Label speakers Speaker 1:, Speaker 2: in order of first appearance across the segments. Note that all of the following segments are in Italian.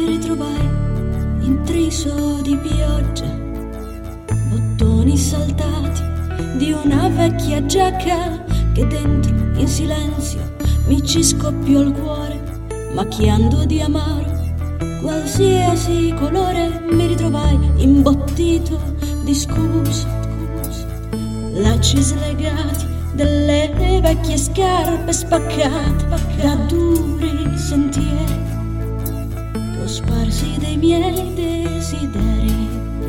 Speaker 1: Mi ritrovai intriso di pioggia, bottoni saltati di una vecchia giacca che dentro in silenzio mi ci scoppiò il cuore, macchiando di amaro qualsiasi colore. Mi ritrovai imbottito di scuse, lacci slegati delle vecchie scarpe spaccate da duri sentieri, cosparsi dei miei desideri.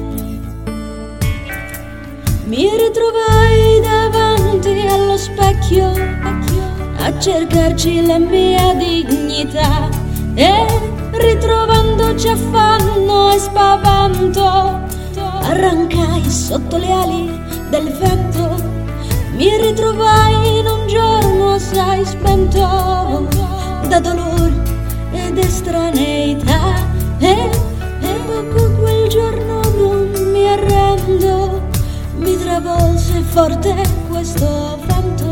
Speaker 1: Mi ritrovai davanti allo specchio a cercarci la mia dignità, e ritrovandoci affanno e spavento arrancai sotto le ali del vento. Mi ritrovai in un giorno assai spento da dolore ed estraneità, e dopo quel giorno non mi arrendo, mi travolse forte questo vento.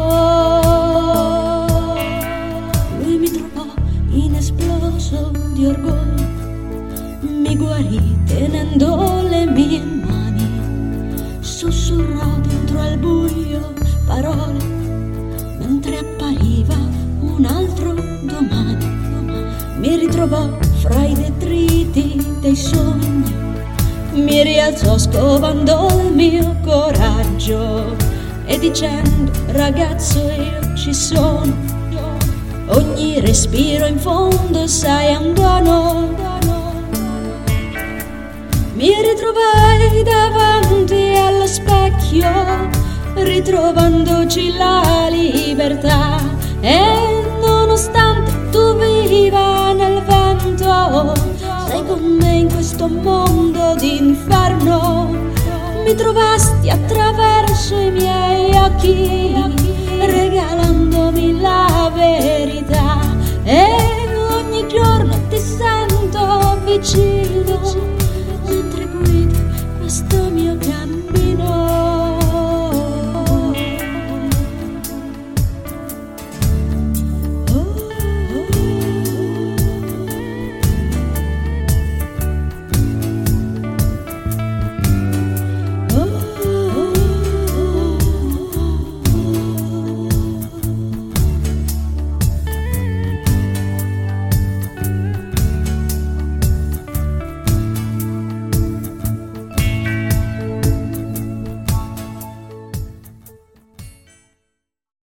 Speaker 1: Lui mi trovò inesploso di orgoglio, mi guarì tenendo le mie mani, sussurrò dentro al buio parole mentre appariva un altro domani. Mi ritrovò fra i detriti dei sogni, mi rialzò scovando il mio coraggio e dicendo: ragazzo, io ci sono, ogni respiro in fondo sai è un dono. Mi ritrovai davanti allo specchio, ritrovandoci la libertà, e nonostante tu viva nel vento, sei con me in questo mondo d'inferno. Mi trovasti attraverso i miei occhi, regalandomi la verità, e ogni giorno ti sento vicino mentre guidi questo mio